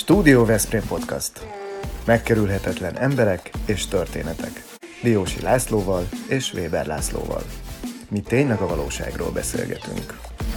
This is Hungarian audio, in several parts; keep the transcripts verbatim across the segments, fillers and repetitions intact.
Stúdió Veszprém Podcast. Megkerülhetetlen emberek és történetek. Diósi Lászlóval és Weber Lászlóval. Mi tényleg a valóságról beszélgetünk.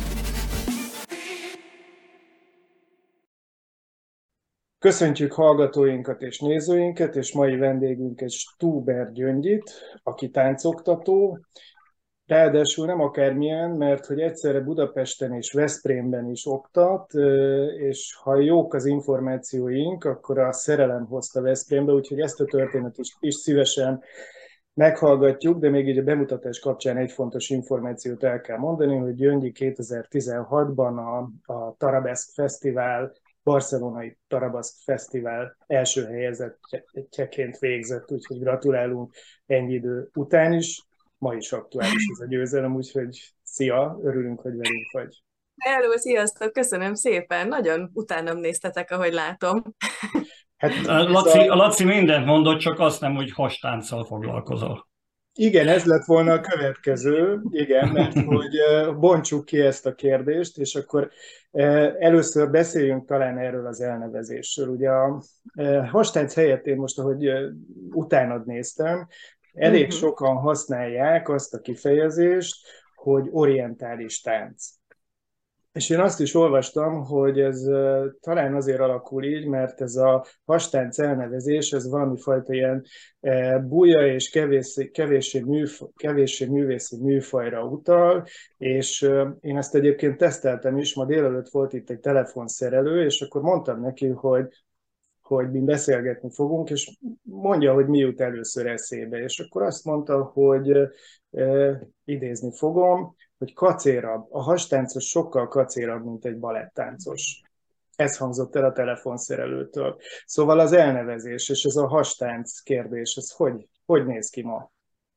Köszöntjük hallgatóinkat és nézőinket, és mai vendégünket Stuber Gyöngyit, aki táncoktató, ráadásul nem akármilyen, mert hogy egyszerre Budapesten és Veszprémben is oktat, és ha jók az információink, akkor a szerelem hozta Veszprémbe, úgyhogy ezt a történetet is, is szívesen meghallgatjuk, de még így a bemutatás kapcsán egy fontos információt el kell mondani, hogy Gyöngyi kétezer-tizenhatban a, a Tarabesc Fesztivál, barcelonai Tarabesc Fesztivál első helyezettjeként végzett, úgyhogy gratulálunk ennyi idő után is. Ma is aktuális ez a győzelem, úgyhogy szia, örülünk, hogy velünk vagy. Hello, sziasztok, köszönöm szépen, nagyon utánam néztetek, ahogy látom. Hát, Laci, a... Laci mindent mondott, csak azt nem, hogy hastánccal foglalkozol. Igen, ez lett volna a következő, igen, mert hogy bontsuk ki ezt a kérdést, és akkor először beszéljünk talán erről az elnevezésről. Ugye a hastánc helyett én most, ahogy utánad néztem, elég uh-huh. sokan használják azt a kifejezést, hogy orientális tánc. És én azt is olvastam, hogy ez uh, talán azért alakul így, mert ez a hastánc elnevezés, ez valami fajta ilyen uh, buja és kevéssé, kevéssé, műf, kevéssé művészi műfajra utal, és uh, én ezt egyébként teszteltem is, ma délelőtt volt itt egy telefonszerelő, és akkor mondtam neki, hogy hogy mi beszélgetni fogunk, és mondja, hogy mi jut először eszébe. És akkor azt mondta, hogy e, idézni fogom, hogy kacérabb. A hastáncos sokkal kacérabb, mint egy balettáncos. Ez hangzott el a telefonszerelőtől. Szóval az elnevezés, és ez a hastánc kérdés, ez hogy, hogy néz ki ma?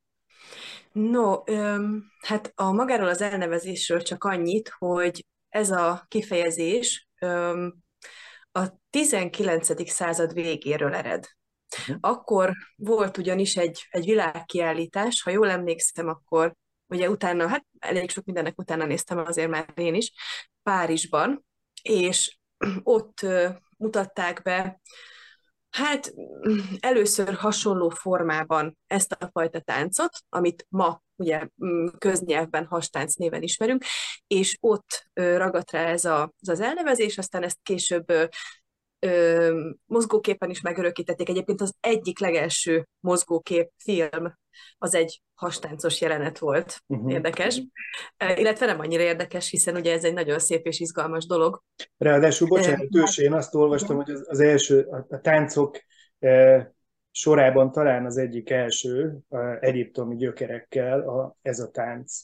No, öm, hát a magáról az elnevezésről csak annyit, hogy ez a kifejezés öm, a tizenkilencedik század végéről ered. Akkor volt ugyanis egy, egy világkiállítás, ha jól emlékszem, akkor ugye utána, hát elég sok mindennek utána néztem azért már én is, Párizsban, és ott mutatták be, hát először hasonló formában ezt a fajta táncot, amit ma ugye köznyelvben hastánc néven ismerünk, és ott ragadt rá ez, a, ez az elnevezés, aztán ezt később ö, mozgóképen is megörökítették. Egyébként az egyik legelső mozgókép film az egy hastáncos jelenet volt. Uh-huh. Érdekes. Illetve nem annyira érdekes, hiszen ugye ez egy nagyon szép és izgalmas dolog. Ráadásul, bocsánat, ős, én azt olvastam, hogy az, az első, a táncok eh, sorában talán az egyik első eh, egyiptomi gyökerekkel a, ez a tánc.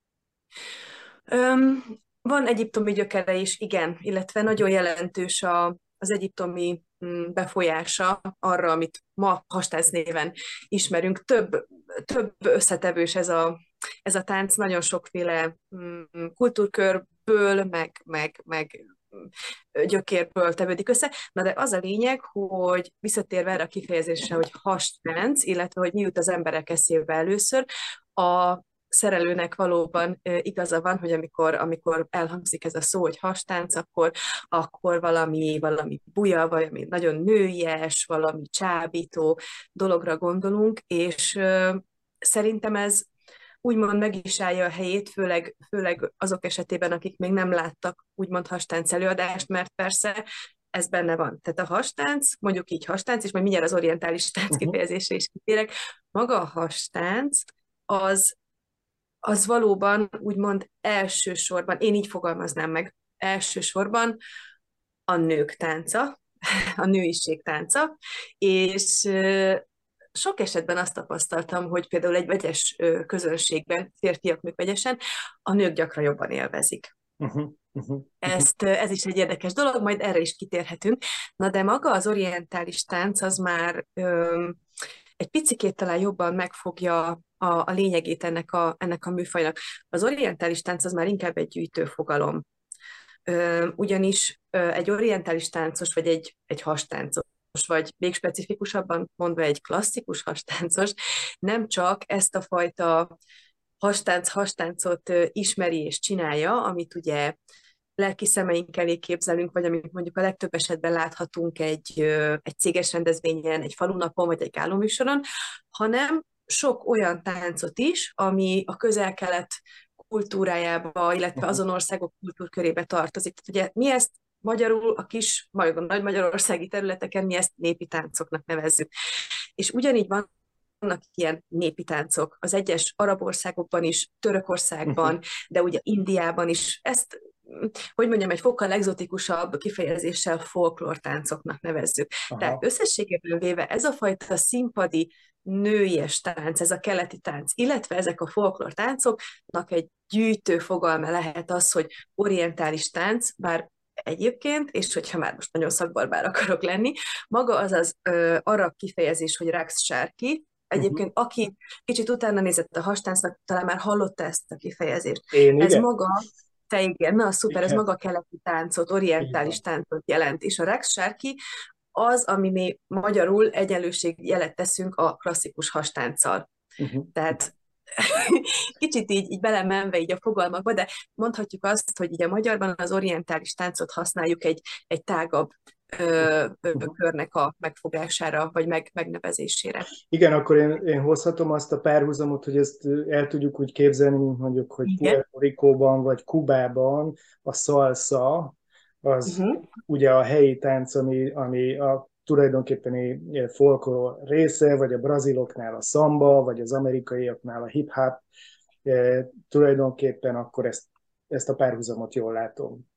Um, van egyiptomi gyökere is, igen, illetve nagyon jelentős a, az egyiptomi befolyása arra, amit ma hastánc néven ismerünk. Több, több összetevős ez a, ez a tánc, nagyon sokféle kultúrkörből, meg, meg, meg gyökérből tevődik össze. Na de az a lényeg, hogy visszatérve erre a kifejezésre, hogy hastánc, illetve hogy mi jut az emberek eszébe először, a szerelőnek valóban igaza van, hogy amikor, amikor elhangzik ez a szó, hogy hastánc, akkor, akkor valami, valami buja, valami nagyon nőies, valami csábító dologra gondolunk, és uh, szerintem ez úgymond meg is állja a helyét, főleg, főleg azok esetében, akik még nem láttak úgymond hastánc előadást, mert persze ez benne van. Tehát a hastánc, mondjuk így hastánc, és majd mindjárt az orientális tánc kifejezésre is kitérek, maga a hastánc az az valóban úgymond elsősorban, én így fogalmaznám meg, elsősorban a nők tánca, a nőiség tánca, és sok esetben azt tapasztaltam, hogy például egy vegyes közönségben, férfiak, nők vegyesen, a nők gyakran jobban élvezik. Uh-huh, uh-huh. Ezt, ez is egy érdekes dolog, majd erre is kitérhetünk. Na de maga az orientális tánc az már öm, egy picikét talán jobban megfogja a, a lényegét ennek a, ennek a műfajnak. Az orientális tánc az már inkább egy gyűjtő fogalom. Ö, ugyanis ö, egy orientális táncos, vagy egy, egy hastáncos, vagy még specifikusabban mondva egy klasszikus hastáncos, nem csak ezt a fajta hastánc, hastáncot ismeri és csinálja, amit ugye lelki szemeink elé képzelünk, vagy amit mondjuk a legtöbb esetben láthatunk egy, egy céges rendezvényen, egy falunapon, vagy egy gáloműsoron, hanem sok olyan táncot is, ami a közel-kelet kultúrájába, illetve azon országok kultúrkörébe tartozik. Tehát ugye mi ezt magyarul a kis, majd a nagy magyarországi területeken mi ezt népi táncoknak nevezzük. És ugyanígy van vannak ilyen népi táncok az egyes arab országokban is, Törökországban, de ugye Indiában is. Ezt, hogy mondjam, egy fokkal egzotikusabb kifejezéssel folklórtáncoknak nevezzük. Aha. Tehát összességében véve ez a fajta színpadi nőies tánc, ez a keleti tánc, illetve ezek a folklórtáncoknak egy gyűjtő fogalma lehet az, hogy orientális tánc, bár egyébként, és hogyha már most nagyon szakbarbár akarok lenni, maga az az ö, arab kifejezés, hogy raqs sárki. Egyébként, uh-huh. aki kicsit utána nézett a hastáncnak, talán már hallotta ezt a kifejezést. Én, ez igen. maga, te igen, na szuper, igen. ez maga keleti táncot, orientális táncot jelent, és a raqs sárki az, ami mi magyarul egyenlőség jelet teszünk a klasszikus hastánccal. Uh-huh. Tehát kicsit így, így belemenve így a fogalmakba, de mondhatjuk azt, hogy így a magyarban az orientális táncot használjuk egy, egy tágabb ö, ö, körnek a megfogására, vagy meg, megnevezésére. Igen, akkor én, én hozhatom azt a párhuzamot, hogy ezt el tudjuk úgy képzelni, mint mondjuk, hogy Puerto Ricóban vagy Kubában a salsa, az uh-huh. ugye a helyi tánc, ami, ami a tulajdonképpeni folklór része, vagy a braziloknál a szamba, vagy az amerikaiaknál a hip-hop, e, tulajdonképpen akkor ezt, ezt a párhuzamot jól látom.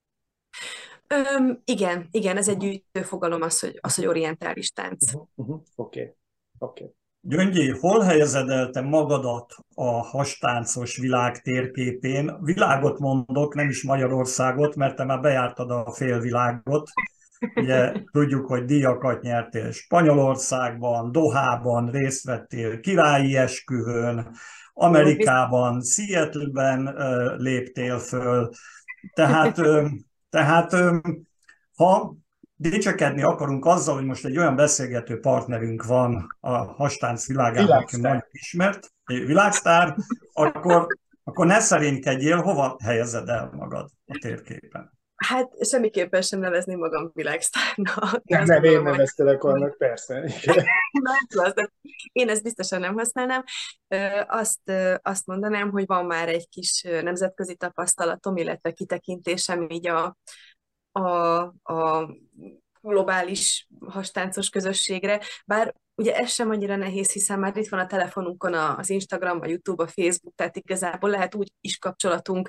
Öm, igen, igen, ez egy gyűjtő fogalom az, hogy, az, hogy orientális tánc. Oké, uh-huh, uh-huh. oké. Okay. Okay. Gyöngyi, hol helyezed el te magadat a hastáncos világ térképén? Világot mondok, nem is Magyarországot, mert te már bejártad a félvilágot. Ugye tudjuk, hogy díjakat nyertél Spanyolországban, Dohában részt vettél királyi esküvőn, Amerikában, Seattle-ben uh, léptél föl. Tehát, uh, tehát uh, ha dicsekedni akarunk azzal, hogy most egy olyan beszélgető partnerünk van a hastánc világában, aki nagyon ismert, egy világsztár, akkor, akkor ne szerénykedjél, hova helyezed el magad a térképen? Hát semmiképpen sem nevezném magam világsztárnak. Nem, nem én neveztelek annak, persze. nem, én ezt biztosan nem használnám. Azt, azt mondanám, hogy van már egy kis nemzetközi tapasztalatom, illetve kitekintésem így a, a, a globális hastáncos közösségre, bár ugye ez sem annyira nehéz, hiszen már itt van a telefonunkon az Instagram, a YouTube, a Facebook, tehát igazából lehet úgy is kapcsolatunk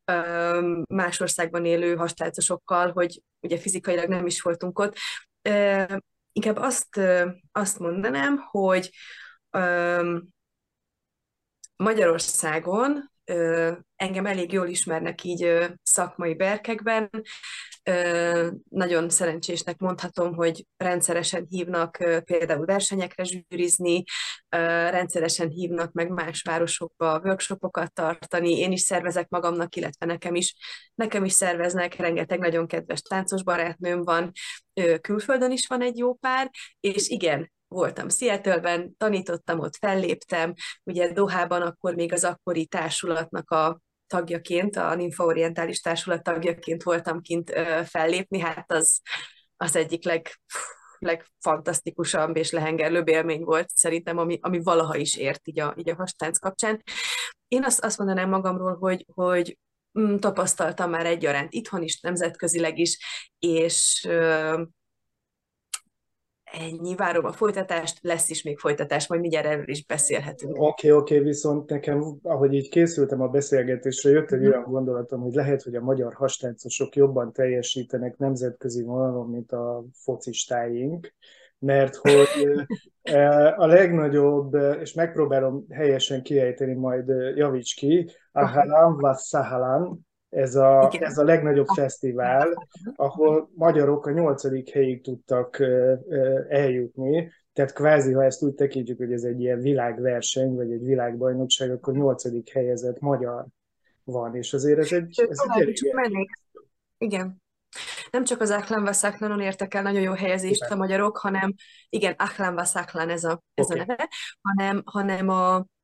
más országban élő hastáncosokkal, hogy ugye fizikailag nem is voltunk ott. Inkább azt, azt mondanám, hogy Magyarországon engem elég jól ismernek így szakmai berkekben. Nagyon szerencsésnek mondhatom, hogy rendszeresen hívnak például versenyekre zsűrizni, rendszeresen hívnak meg más városokba workshopokat tartani. Én is szervezek magamnak, illetve nekem is, nekem is szerveznek, rengeteg nagyon kedves táncos barátnőm van, külföldön is van egy jó pár, és igen, voltam Seattle-ben, tanítottam, ott felléptem, ugye Dohában akkor még az akkori társulatnak a tagjaként, a Ninfa Orientális Társulat tagjaként voltam kint fellépni, hát az, az egyik leg, legfantasztikusabb és lehengerlőbb élmény volt szerintem, ami, ami valaha is ért így a, így a hastánc kapcsán. Én azt, azt mondanám magamról, hogy, hogy mm, tapasztaltam már egyaránt itthon is, nemzetközileg is, és ennyi, várom a folytatást, lesz is még folytatás, majd mindjárt erről is beszélhetünk. Oké, okay, oké, okay, viszont nekem, ahogy így készültem a beszélgetésre, jött egy mm. olyan gondolatom, hogy lehet, hogy a magyar hastáncosok jobban teljesítenek nemzetközi vonalon, mint a focistáink, mert hogy a legnagyobb, és megpróbálom helyesen kiejteni, majd javíts ki, Ahalan Vassahalan, Ez a, ez a legnagyobb fesztivál, ahol magyarok a nyolcadik helyig tudtak eljutni, tehát kvázi, ha ezt úgy tekintjük, hogy ez egy ilyen világverseny, vagy egy világbajnokság, akkor nyolcadik helyezett magyar van, és azért ez egy... Ez egy igen. Nem csak az Ahlan Vassahlanon értek el nagyon jó helyezést a magyarok, hanem igen, Ahlan Vassahlan ez a, ez okay. a neve, hanem, hanem a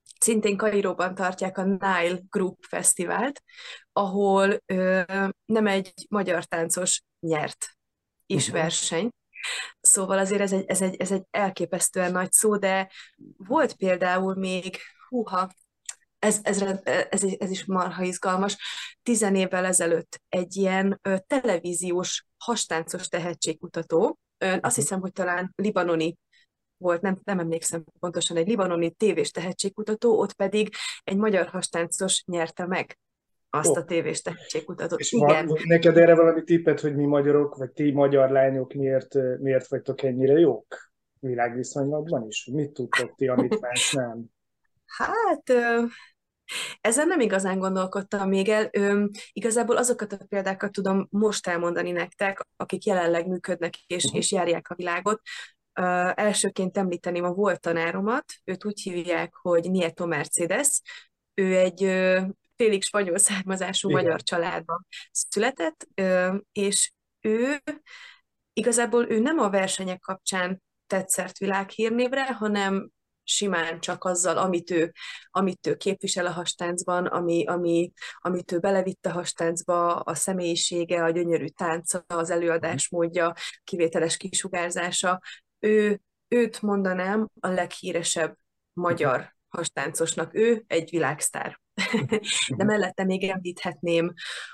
szintén Kairóban tartják a Nile Group Fesztivált, ahol ö, nem egy magyar táncos nyert is Uh-huh. verseny. Szóval azért ez egy, ez, egy, ez egy elképesztően nagy szó, de volt például még, húha, ez, ez, ez, ez is marha izgalmas, tizen évvel ezelőtt egy ilyen ö, televíziós hastáncos tehetségkutató, ö, azt Uh-huh. hiszem, hogy talán libanoni volt, nem, nem emlékszem pontosan, egy libanoni tévés tehetségkutató, ott pedig egy magyar hastáncos nyerte meg azt Oh. a tévés tehetségkutatót. És Igen. van neked erre valami tippet, hogy mi magyarok, vagy ti magyar lányok miért, miért vagytok ennyire jók világviszonylatban is? Mit tudtok ti, amit más nem? Hát... Ö, Ezen nem igazán gondolkodtam még el. Ö, igazából azokat a példákat tudom most elmondani nektek, akik jelenleg működnek és, Uh-huh. és járják a világot. Ö, elsőként említeném a volt tanáromat, őt úgy hívják, hogy Nieto Mercedes. Ő egy ö, félig spanyol származású Igen. magyar családban született, ö, és ő igazából ő nem a versenyek kapcsán tett szert világhírnévre, hanem simán csak azzal, amit ő, amit ő képvisel a hastáncban, ami, ami, amit ő belevitt a hastáncba, a személyisége, a gyönyörű tánca, az előadásmódja, kivételes kisugárzása. Ő, őt mondanám a leghíresebb magyar hastáncosnak. Ő egy világsztár. De mellette még említhetném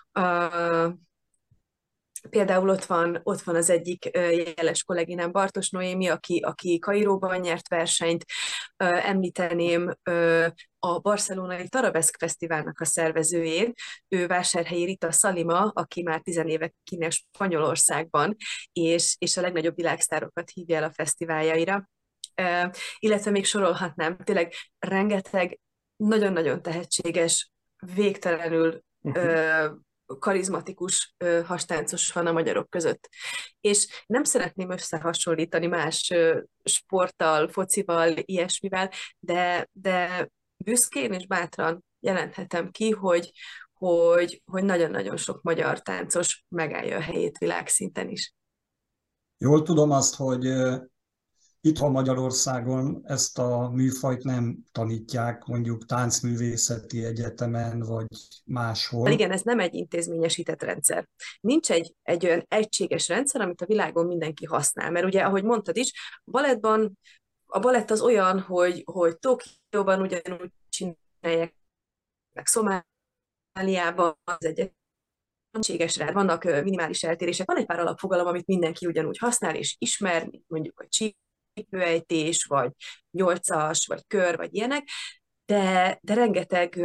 a például ott van, ott van az egyik jeles kolléginám, Bartos Noémi, aki, aki Kairóban nyert versenyt. Említeném a barcelonai Tarabeszk Fesztiválnak a szervezőjét, ő Vásárhelyi Rita Szalima, aki már tizenéve kínél Spanyolországban, és, és a legnagyobb világsztárokat hívja el a fesztiváljaira. Illetve még sorolhatnám, tényleg rengeteg nagyon-nagyon tehetséges, végtelenül Uh-huh. karizmatikus ö, hastáncos van a magyarok között. És nem szeretném összehasonlítani más ö, sporttal, focival, ilyesmivel, de, de büszkén és bátran jelenthetem ki, hogy, hogy, hogy nagyon-nagyon sok magyar táncos megállja a helyét világszinten is. Jól tudom azt, hogy itthon Magyarországon ezt a műfajt nem tanítják mondjuk táncművészeti egyetemen, vagy máshol. Igen, ez nem egy intézményesített rendszer. Nincs egy, egy olyan egységes rendszer, amit a világon mindenki használ. Mert ugye, ahogy mondtad is, a balettban, a balett az olyan, hogy, hogy Tokióban ugyanúgy csinálják, meg Szomáliában az egy egységes rá, vannak minimális eltérések, van egy pár alapfogalom, amit mindenki ugyanúgy használ és ismer, mondjuk a csípőejtés, vagy nyolcas, vagy kör, vagy ilyenek, de, de rengeteg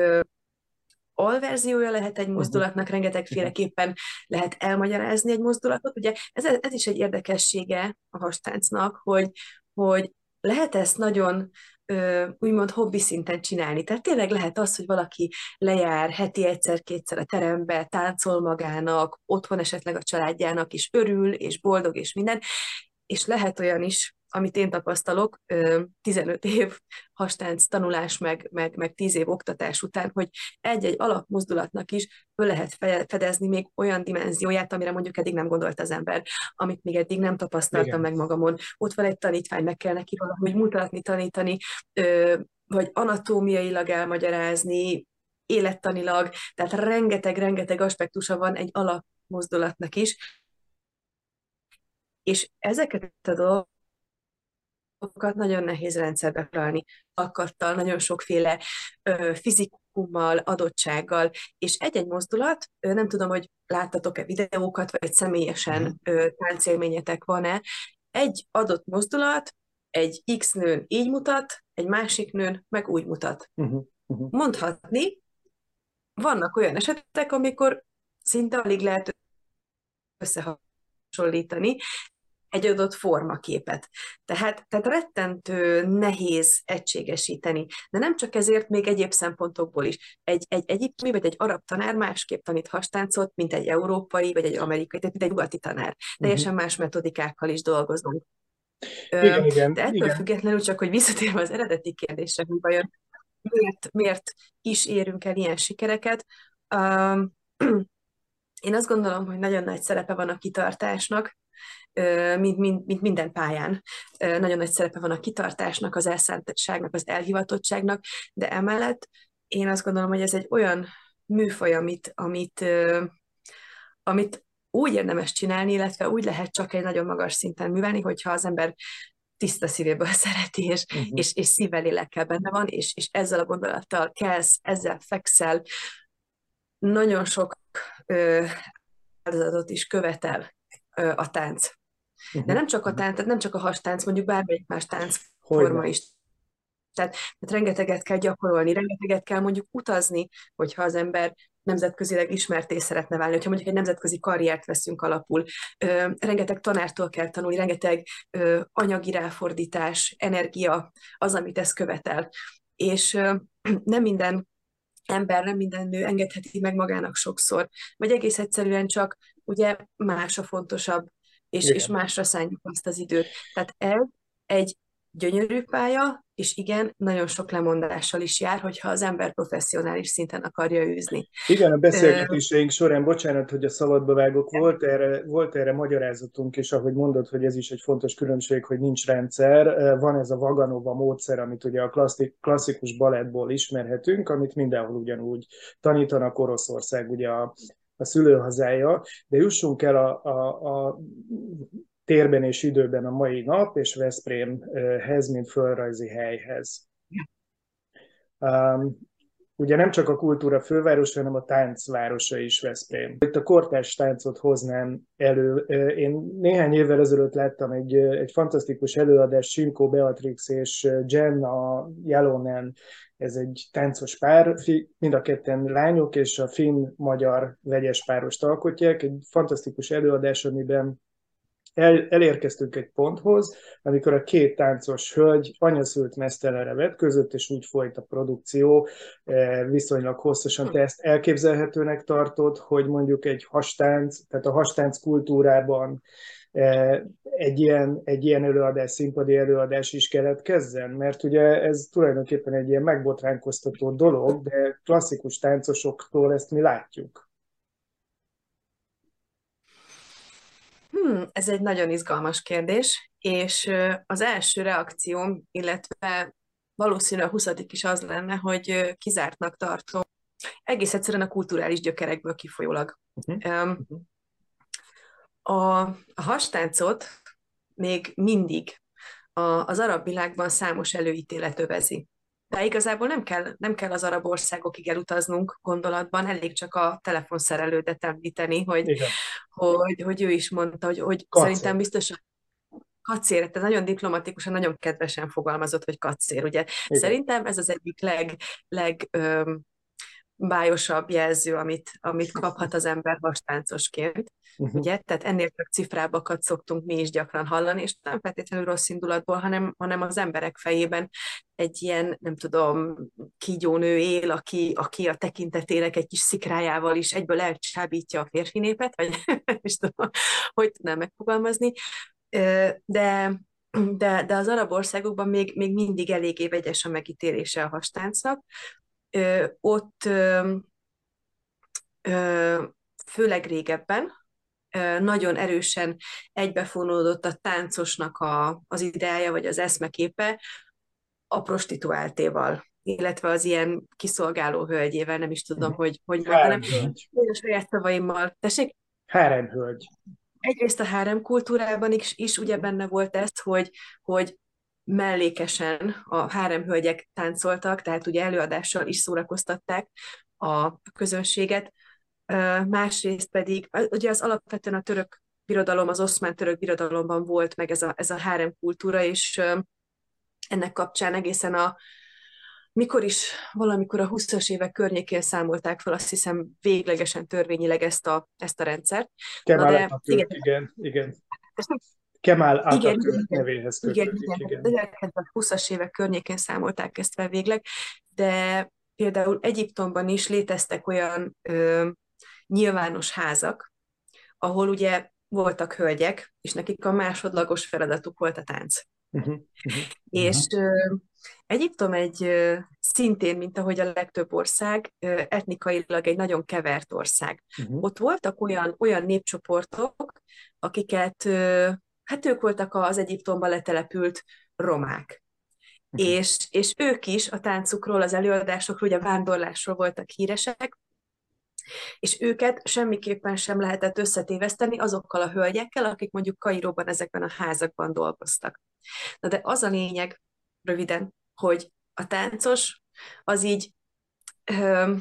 alverziója lehet egy mozdulatnak, rengetegféleképpen lehet elmagyarázni egy mozdulatot. Ugye ez, ez is egy érdekessége a hastáncnak, hogy, hogy lehet ezt nagyon úgymond hobbi szinten csinálni. Tehát tényleg lehet az, hogy valaki lejár heti egyszer-kétszer a terembe, táncol magának, otthon esetleg a családjának is örül, és boldog, és minden. És lehet olyan is, amit én tapasztalok, tizenöt év hastánc tanulás, meg, meg, meg tíz év oktatás után, hogy egy-egy alapmozdulatnak is föl lehet fedezni még olyan dimenzióját, amire mondjuk eddig nem gondolt az ember, amit még eddig nem tapasztaltam Igen. meg magamon. Ott van egy tanítvány, meg kell neki valahogy mutatni, tanítani, vagy anatómiailag elmagyarázni, élettanilag, tehát rengeteg-rengeteg aspektusa van egy alapmozdulatnak is, és ezeket a dolgokat nagyon nehéz rendszerbe foglalni, akadtal, nagyon sokféle ö, fizikummal, adottsággal, és egy-egy mozdulat, ö, nem tudom, hogy láttatok-e videókat, vagy személyesen ö, táncélményetek van-e, egy adott mozdulat egy X nőn így mutat, egy másik nőn meg úgy mutat. Uh-huh. Uh-huh. Mondhatni, vannak olyan esetek, amikor szinte alig lehet összehasonlítani egy adott formaképet. Tehát, tehát rettentő nehéz egységesíteni. De nem csak ezért, még egyéb szempontokból is. Egy, egy egyiptomi vagy egy arab tanár másképp tanít hastáncot, mint egy európai vagy egy amerikai, tehát mint egy nyugati tanár. Teljesen más metodikákkal is dolgozunk. Igen, igen, De ettől igen. függetlenül csak, hogy visszatérve az eredeti kérdésre, hogy vajon miért, miért is érünk el ilyen sikereket, um, én azt gondolom, hogy nagyon nagy szerepe van a kitartásnak, mint, mint, mint minden pályán. Nagyon nagy szerepe van a kitartásnak, az elszántságnak, az elhivatottságnak, de emellett én azt gondolom, hogy ez egy olyan műfaj, amit, amit, amit úgy érdemes csinálni, illetve úgy lehet csak egy nagyon magas szinten művelni, hogyha az ember tiszta szívéből szereti, és, uh-huh. és, és szívvel, lélekkel benne van, és, és ezzel a gondolattal kelsz, ezzel fekszel, nagyon sok ö, áldozatot is követel ö, a tánc. Uh-huh. De nem csak a tánc, tehát nem csak a hastánc, mondjuk bármelyik más táncforma is. Tehát, tehát rengeteget kell gyakorolni, rengeteget kell mondjuk utazni, hogyha az ember nemzetközileg ismerté szeretne válni, hogyha mondjuk egy nemzetközi karriert veszünk alapul. Ö, rengeteg tanártól kell tanulni, rengeteg ö, anyagi ráfordítás, energia az, amit ez követel. És ö, nem minden ember, nem minden nő engedheti meg magának sokszor, vagy egész egyszerűen csak ugye más a fontosabb, és, és másra szánjuk azt az időt. Tehát ez egy gyönyörű pálya, és igen, nagyon sok lemondással is jár, hogyha az ember professzionális szinten akarja űzni. Igen, a beszélgetéseink során, bocsánat, hogy a szabadba vágok, volt erre, volt erre magyarázatunk, és ahogy mondod, hogy ez is egy fontos különbség, hogy nincs rendszer. Van ez a Vaganova módszer, amit ugye a klasszik, klasszikus balettból ismerhetünk, amit mindenhol ugyanúgy tanítanak, Oroszország ugye a, a szülőhazája, de jussunk el a, a, a térben és időben a mai nap, és Veszprémhez, mint földrajzi helyhez. Um, ugye nem csak a kultúra fővárosa, hanem a táncvárosa is Veszprém. Itt a kortárs táncot hoznám elő. Én néhány évvel ezelőtt láttam egy, egy fantasztikus előadást, Simko Beatrix és Jenna Jalonen, ez egy táncos pár, mind a ketten lányok, és a finn-magyar vegyes párost alkotják. Egy fantasztikus előadás, amiben El, elérkeztünk egy ponthoz, amikor a két táncos hölgy anyaszült meztelenre vetközött, és úgy folyt a produkció viszonylag hosszasan. Te ezt elképzelhetőnek tartod, hogy mondjuk egy hastánc, tehát a hastánc kultúrában egy ilyen, egy ilyen előadás, színpadi előadás is keletkezzen? Mert ugye ez tulajdonképpen egy ilyen megbotránkoztató dolog, de klasszikus táncosoktól ezt mi látjuk. Hmm, ez egy nagyon izgalmas kérdés, és az első reakcióm, illetve valószínűleg a huszadik is az lenne, hogy kizártnak tartom, egész egyszerűen a kulturális gyökerekből kifolyólag. Uh-huh. A, a hastáncot még mindig a, az arab világban számos előítélet övezi. De igazából nem kell, nem kell az arab országokig elutaznunk gondolatban, elég csak a telefonszerelődet említeni, hogy, hogy, hogy ő is mondta, hogy, hogy szerintem biztosan kacér, tehát nagyon diplomatikusan, nagyon kedvesen fogalmazott, hogy kacér, ugye. Igen. Szerintem ez az egyik leg, leg öm, bájosabb jelző, amit, amit kaphat az ember hastáncosként, uh-huh. ugye? Tehát ennél csak cifrábakat szoktunk mi is gyakran hallani, és nem feltétlenül rossz indulatból, hanem, hanem az emberek fejében egy ilyen, nem tudom, kígyónő él, aki, aki a tekintetének egy kis szikrájával is egyből elcsábítja a férfi népet, vagy is tudom, hogy tudnám megfogalmazni, de, de, de az arab országokban még, még mindig eléggé vegyes a megítélése a hastáncnak. Ö, ott ö, ö, főleg régebben ö, nagyon erősen egybefonódott a táncosnak a, az ideája, vagy az eszmeképe a prostituáltéval, illetve az ilyen kiszolgáló hölgyével, nem is tudom, hogy, hogy mondanám. Én a saját szavaimmal, tessék? Háremhölgy. Egyrészt a hárem kultúrában is, is ugye benne volt ez, hogy, hogy mellékesen a háremhölgyek táncoltak, tehát ugye előadással is szórakoztatták a közönséget. Másrészt pedig, ugye az alapvetően a török birodalom, az oszmán török birodalomban volt meg ez a, ez a hárem kultúra, és ennek kapcsán egészen a mikor is, valamikor a huszas évek környékén számolták fel, azt hiszem véglegesen törvényileg ezt a, ezt a rendszert. Kemal Atatürk, igen, igen. Kemal Atatürk nevéhez kötődik. Igen, igen. igen. ezerkilencszázhúszas évek környékén számolták ezt fel végleg, de például Egyiptomban is léteztek olyan ö, nyilvános házak, ahol ugye voltak hölgyek, és nekik a másodlagos feladatuk volt a tánc. Uh-huh. Uh-huh. És ö, Egyiptom egy ö, szintén, mint ahogy a legtöbb ország, etnikailag egy nagyon kevert ország. Uh-huh. Ott voltak olyan, olyan népcsoportok, akiket, hát ők voltak az Egyiptomba letelepült romák. Uh-huh. És, és ők is a táncukról, az előadásokról, ugye a vándorlásról voltak híresek, és őket semmiképpen sem lehetett összetéveszteni azokkal a hölgyekkel, akik mondjuk Kairóban ezekben a házakban dolgoztak. Na de az a lényeg, röviden, hogy a táncos az így ö,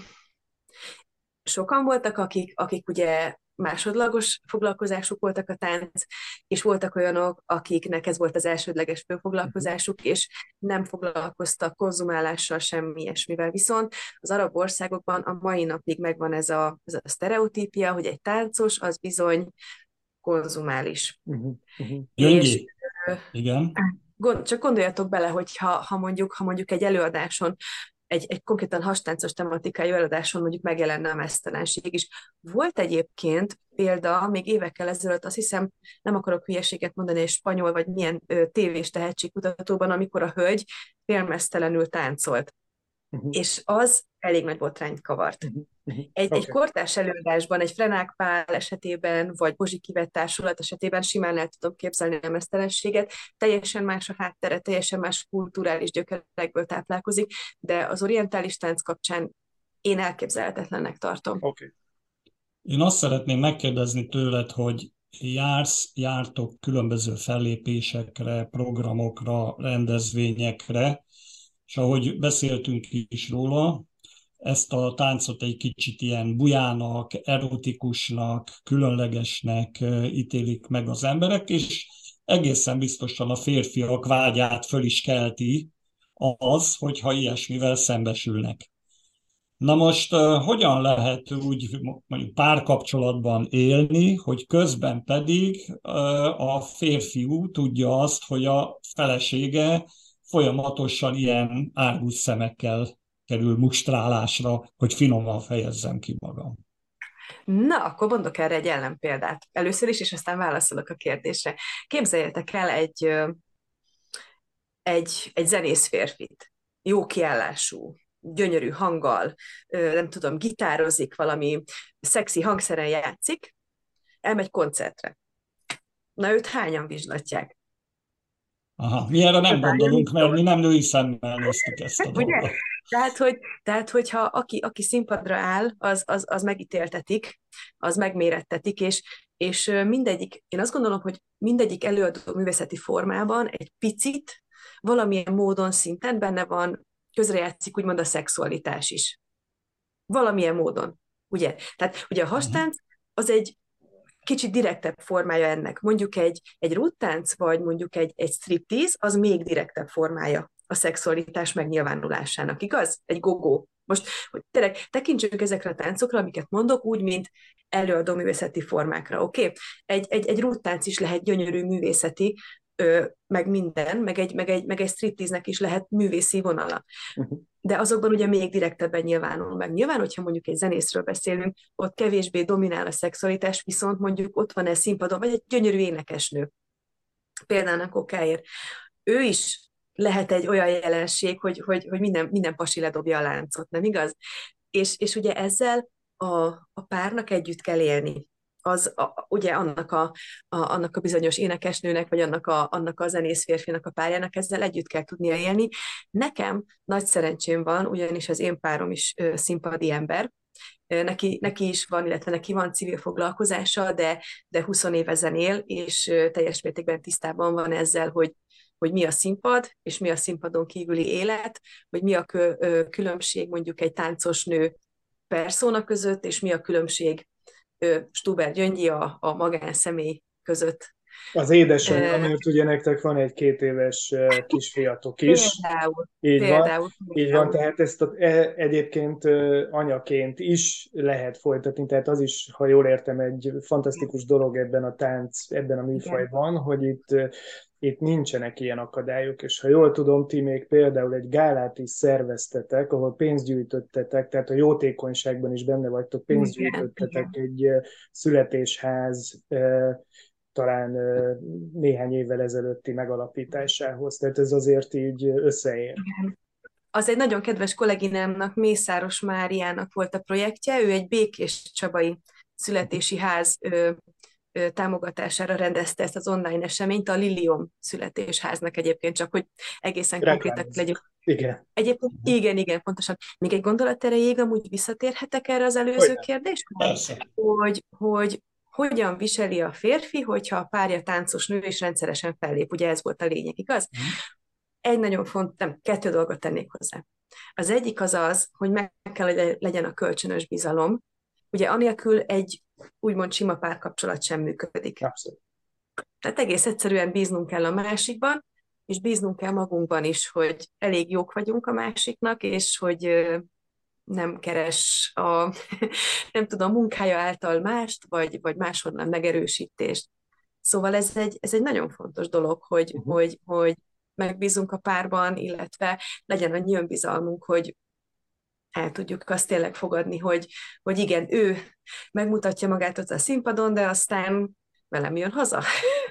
sokan voltak, akik, akik ugye másodlagos foglalkozásuk voltak a tánc, és voltak olyanok, akiknek ez volt az elsődleges főfoglalkozásuk, és nem foglalkoztak konzumálással, semmi ilyesmivel. Viszont az arab országokban a mai napig megvan ez a, ez a sztereotípia, hogy egy táncos az bizony konzumális. Uh-huh. Uh-huh. És, igen. Gond, csak gondoljatok bele, hogy ha, ha, mondjuk, ha mondjuk egy előadáson, egy, egy konkrétan hastáncos tematikájú előadáson mondjuk megjelenne a meztelenség is. Volt egyébként példa, még évekkel ezelőtt, azt hiszem, nem akarok hülyeséget mondani, egy spanyol vagy milyen ö, tévés tehetségkutatóban, amikor a hölgy félmeztelenül táncolt. Uh-huh. És az elég nagy botrányt kavart. Uh-huh. Egy, okay. egy kortárs előadásban, egy Frenák Pál esetében, vagy Bozsik Ivett társulat esetében simán el tudom képzelni a meztelenséget, teljesen más a háttere, teljesen más kulturális gyökerekből táplálkozik, de az orientális tánc kapcsán én elképzelhetetlennek tartom. Okay. Én azt szeretném megkérdezni tőled, hogy jársz, jártok különböző fellépésekre, programokra, rendezvényekre, és ahogy beszéltünk is róla, ezt a táncot egy kicsit ilyen bujának, erotikusnak, különlegesnek ítélik meg az emberek, és egészen biztosan a férfiak vágyát föl is kelti az, hogyha ilyesmivel szembesülnek. Na most hogyan lehet úgy mondjuk párkapcsolatban élni, hogy közben pedig a férfiú tudja azt, hogy a felesége folyamatosan ilyen árgus szemekkel kerül mustrálásra, hogy finoman fejezzem ki magam. Na, akkor mondok erre egy ellenpéldát. Először is, és aztán válaszolok a kérdésre. Képzeljétek el egy, egy, egy zenész férfit, jó kiállású, gyönyörű hanggal, nem tudom, gitározik, valami szexi hangszeren játszik, elmegy koncertre. Na, őt hányan vizslatják? Aha, mi erre nem gondolunk, mert mi nem női szemmel néztük ezt a dolgot. Tehát, hogy, tehát hogyha aki, aki színpadra áll, az, az, az megítéltetik, az megmérettetik, és, és mindegyik, én azt gondolom, hogy mindegyik előadó művészeti formában egy picit, valamilyen módon szinten benne van, közrejátszik úgymond a szexualitás is. Valamilyen módon, ugye? Tehát ugye a hastánc az egy kicsit direktebb formája ennek. Mondjuk egy, egy rúttánc, vagy mondjuk egy, egy striptease, az még direktebb formája a szexualitás megnyilvánulásának, igaz? Egy gogó. Most, hogy tényleg tekintsünk ezekre a táncokra, amiket mondok, úgy, mint előadó művészeti formákra, oké? Okay? Egy, egy, egy rúttánc is lehet gyönyörű művészeti, ö, meg minden, meg egy, meg egy, meg egy striptease-nek is lehet művészi vonala. Uh-huh. De azokban ugye még direktebben nyilvánul meg. Nyilván, hogyha mondjuk egy zenészről beszélünk, ott kevésbé dominál a szexualitás, viszont mondjuk ott van egy színpadon, vagy egy gyönyörű énekesnő, például a kokáért. Ő is lehet egy olyan jelenség, hogy, hogy, hogy minden, minden pasi ledobja a láncot, nem igaz? És, és ugye ezzel a, a párnak együtt kell élni. Az a, ugye annak a, a, annak a bizonyos énekesnőnek, vagy annak a, annak a zenész férfinak a párjának ezzel együtt kell tudnia élni. Nekem nagy szerencsém van, ugyanis az én párom is ö, színpadi ember, Neki, neki is van, illetve neki van civil foglalkozása, de, de húsz éve zenél, és ö, teljes mértékben tisztában van ezzel, hogy, hogy mi a színpad, és mi a színpadon kívüli élet, hogy mi a kö, ö, különbség mondjuk egy táncos nő perszóna között, és mi a különbség Stuber Gyöngyi a, a magánszemély között. Az édesanyja, uh, mert ugye nektek van egy két éves kisfiatok is. Például. Így például, van, így van, tehát ezt a, egyébként anyaként is lehet folytatni, tehát az is, ha jól értem, egy fantasztikus dolog ebben a tánc, ebben a műfajban, igen, hogy itt, itt nincsenek ilyen akadályok, és ha jól tudom, ti még például egy gálát is szerveztetek, ahol pénzt gyűjtöttetek, tehát a jótékonyságban is benne vagytok, pénzt gyűjtöttetek egy születésház, talán néhány évvel ezelőtti megalapításához. Tehát ez azért így összeér. Igen. az egy nagyon kedves kolléginámnak, Mészáros Máriának volt a projektje, ő egy Békés Csabai születési ház ö, ö, támogatására rendezte ezt az online eseményt, a Lilium születésháznak egyébként, csak hogy egészen konkrétak legyünk. Igen. Egyébként igen, igen, pontosan. Még egy gondolat erejéig amúgy visszatérhetek erre az előző Hogyne. kérdésre? Persze. Hogy, hogy hogyan viseli a férfi, hogyha a párja táncos nő és rendszeresen fellép, ugye ez volt a lényeg, igaz? Mhm. Egy nagyon fontos, nem, kettő dolgot tennék hozzá. Az egyik az az, hogy meg kell, hogy legyen a kölcsönös bizalom. Ugye anélkül egy úgymond sima párkapcsolat sem működik. Abszolút. Tehát egész egyszerűen bíznunk kell a másikban, és bíznunk kell magunkban is, hogy elég jók vagyunk a másiknak, és hogy ö, nem keres a, nem tudom, munkája által mást, vagy, vagy máshonnan megerősítést. Szóval ez egy, ez egy nagyon fontos dolog, hogy, Uh-huh. hogy, hogy megbízunk a párban, illetve legyen annyi önbizalmunk, hogy el tudjuk azt tényleg fogadni, hogy, hogy igen, ő megmutatja magát ott a színpadon, de aztán velem jön haza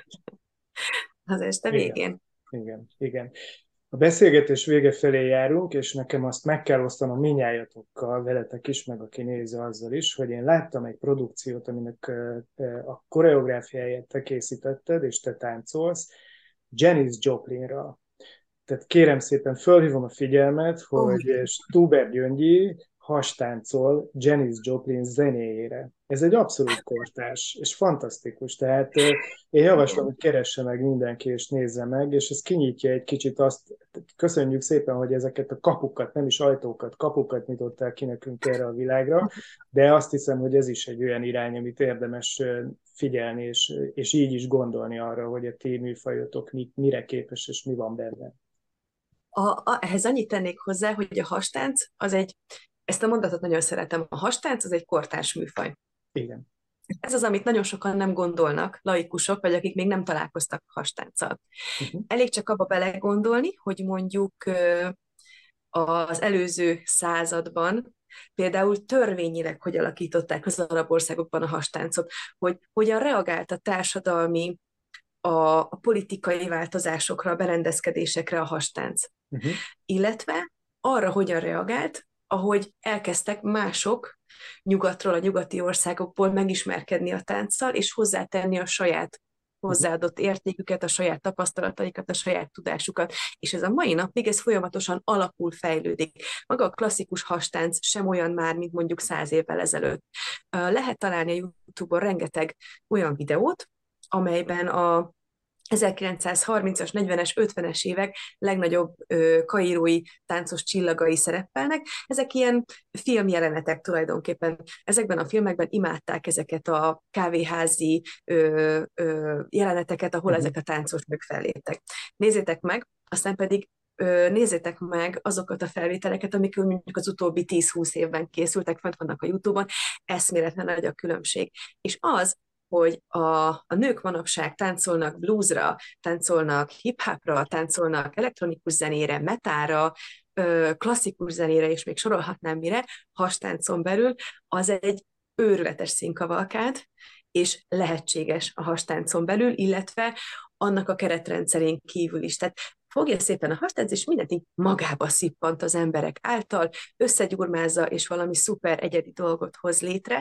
az este Igen. végén. Igen, igen. A beszélgetés vége felé járunk, és nekem azt meg kell osztanom minnyájatokkal, veletek is, meg aki nézi azzal is, hogy én láttam egy produkciót, aminek a koreográfiáját te készítetted, és te táncolsz, Janis Joplinra. Tehát kérem szépen, fölhívom a figyelmet, hogy Stuber Gyöngyi hastáncol Janis Joplin zenéjére. Ez egy abszolút kortárs, és fantasztikus. Tehát én javaslom, hogy keresse meg mindenki, és nézze meg, és ez kinyitja egy kicsit azt, köszönjük szépen, hogy ezeket a kapukat, nem is ajtókat, kapukat nyitottál ki nekünk erre a világra, de azt hiszem, hogy ez is egy olyan irány, amit érdemes figyelni, és, és így is gondolni arra, hogy a ti műfajotok mire képes, és mi van benne. A, a, ehhez annyit tennék hozzá, hogy a hastánc az egy, ezt a mondatot nagyon szeretem, a hastánc az egy kortárs műfaj. Igen. Ez az, amit nagyon sokan nem gondolnak, laikusok, vagy akik még nem találkoztak hastánccal. Uh-huh. Elég csak abba belegondolni, hogy mondjuk az előző században például törvényileg hogy alakították az arab országokban a hastáncot, hogy hogyan reagált a társadalmi, a, a politikai változásokra, a berendezkedésekre a hastánc. Uh-huh. Illetve arra hogyan reagált, ahogy elkezdtek mások nyugatról, a nyugati országokból megismerkedni a tánccal, és hozzátenni a saját hozzáadott értéküket, a saját tapasztalataikat, a saját tudásukat. És ez a mai napig, ez folyamatosan alakul, fejlődik. Maga a klasszikus hastánc sem olyan már, mint mondjuk száz évvel ezelőtt. Lehet találni a YouTube-on rengeteg olyan videót, amelyben a ezerkilencszázharmincas, negyvenes, ötvenes évek legnagyobb ö, kairói táncos csillagai szerepelnek. Ezek ilyen filmjelenetek tulajdonképpen. Ezekben a filmekben imádták ezeket a kávéházi ö, ö, jeleneteket, ahol uh-huh. ezek a táncosok felléptek. Nézzétek meg, aztán pedig ö, nézzétek meg azokat a felvételeket, amik mondjuk az utóbbi tíz-húsz évben készültek, fent vannak a YouTube-on, eszméletlen nagy a különbség. És az, hogy a, a nők manapság táncolnak bluesra, táncolnak hip-hopra, táncolnak elektronikus zenére, metára, klasszikus zenére, és még sorolhatnám mire, hastáncon belül, az egy őrületes színkavalkád, és lehetséges a hastáncon belül, illetve annak a keretrendszerén kívül is. Tehát fogja szépen a hastánc, és mindent így magába szippant az emberek által, összegyurmázza, és valami szuper egyedi dolgot hoz létre,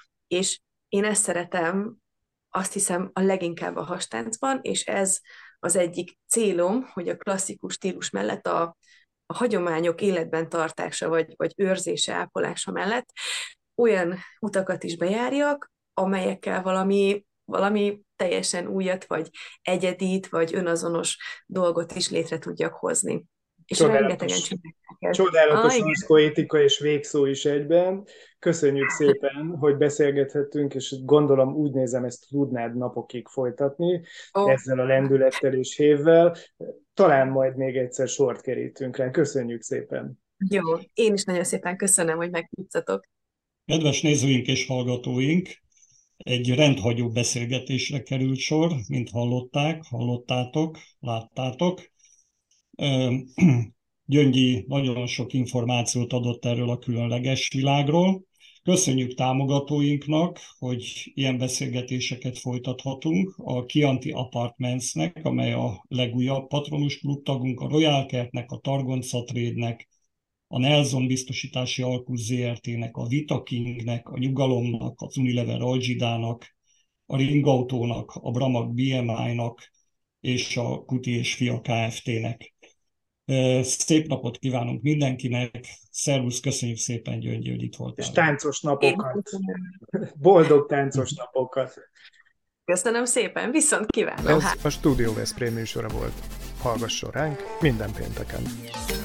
és én ezt szeretem, azt hiszem a leginkább a hastáncban, és ez az egyik célom, hogy a klasszikus stílus mellett a, a hagyományok életben tartása, vagy, vagy őrzése, ápolása mellett olyan utakat is bejárjak, amelyekkel valami, valami teljesen újat, vagy egyedit, vagy önazonos dolgot is létre tudjak hozni. És rengetegen csinálják ezt. Csodálatos hangszpoétika és végszó is egyben. Köszönjük szépen, hogy beszélgethettünk, és gondolom úgy nézem, ezt tudnád napokig folytatni, oh. ezzel a lendülettel és hévvel. Talán majd még egyszer sort kerítünk rá. Köszönjük szépen. Jó, én is nagyon szépen köszönöm, hogy meghívtatok. Kedves nézőink és hallgatóink, egy rendhagyó beszélgetésre került sor, mint hallották, hallottátok, láttátok. Gyöngyi nagyon sok információt adott erről a különleges világról. Köszönjük támogatóinknak, hogy ilyen beszélgetéseket folytathatunk. A Chianti Apartmentsnek, amely a legújabb patronus klubtagunk, a Royal Kertnek, a Targonca Trade-nek, a Nelson Biztosítási Alkusz zé er té-nek, a Vitakingnek, a Nyugalomnak, az Unilever Algidának, a Ringautónak, a Bramag bé em i-nak és a Kuti és Fia Kft-nek. Szép napot kívánunk mindenkinek, szervusz, köszönjük szépen, Gyöngy, hogy itt voltál. És táncos napokat, boldog táncos napokat. Köszönöm szépen, viszont kívánom. Ez a Studio Veszprém műsora volt. Hallgasson ránk minden pénteken.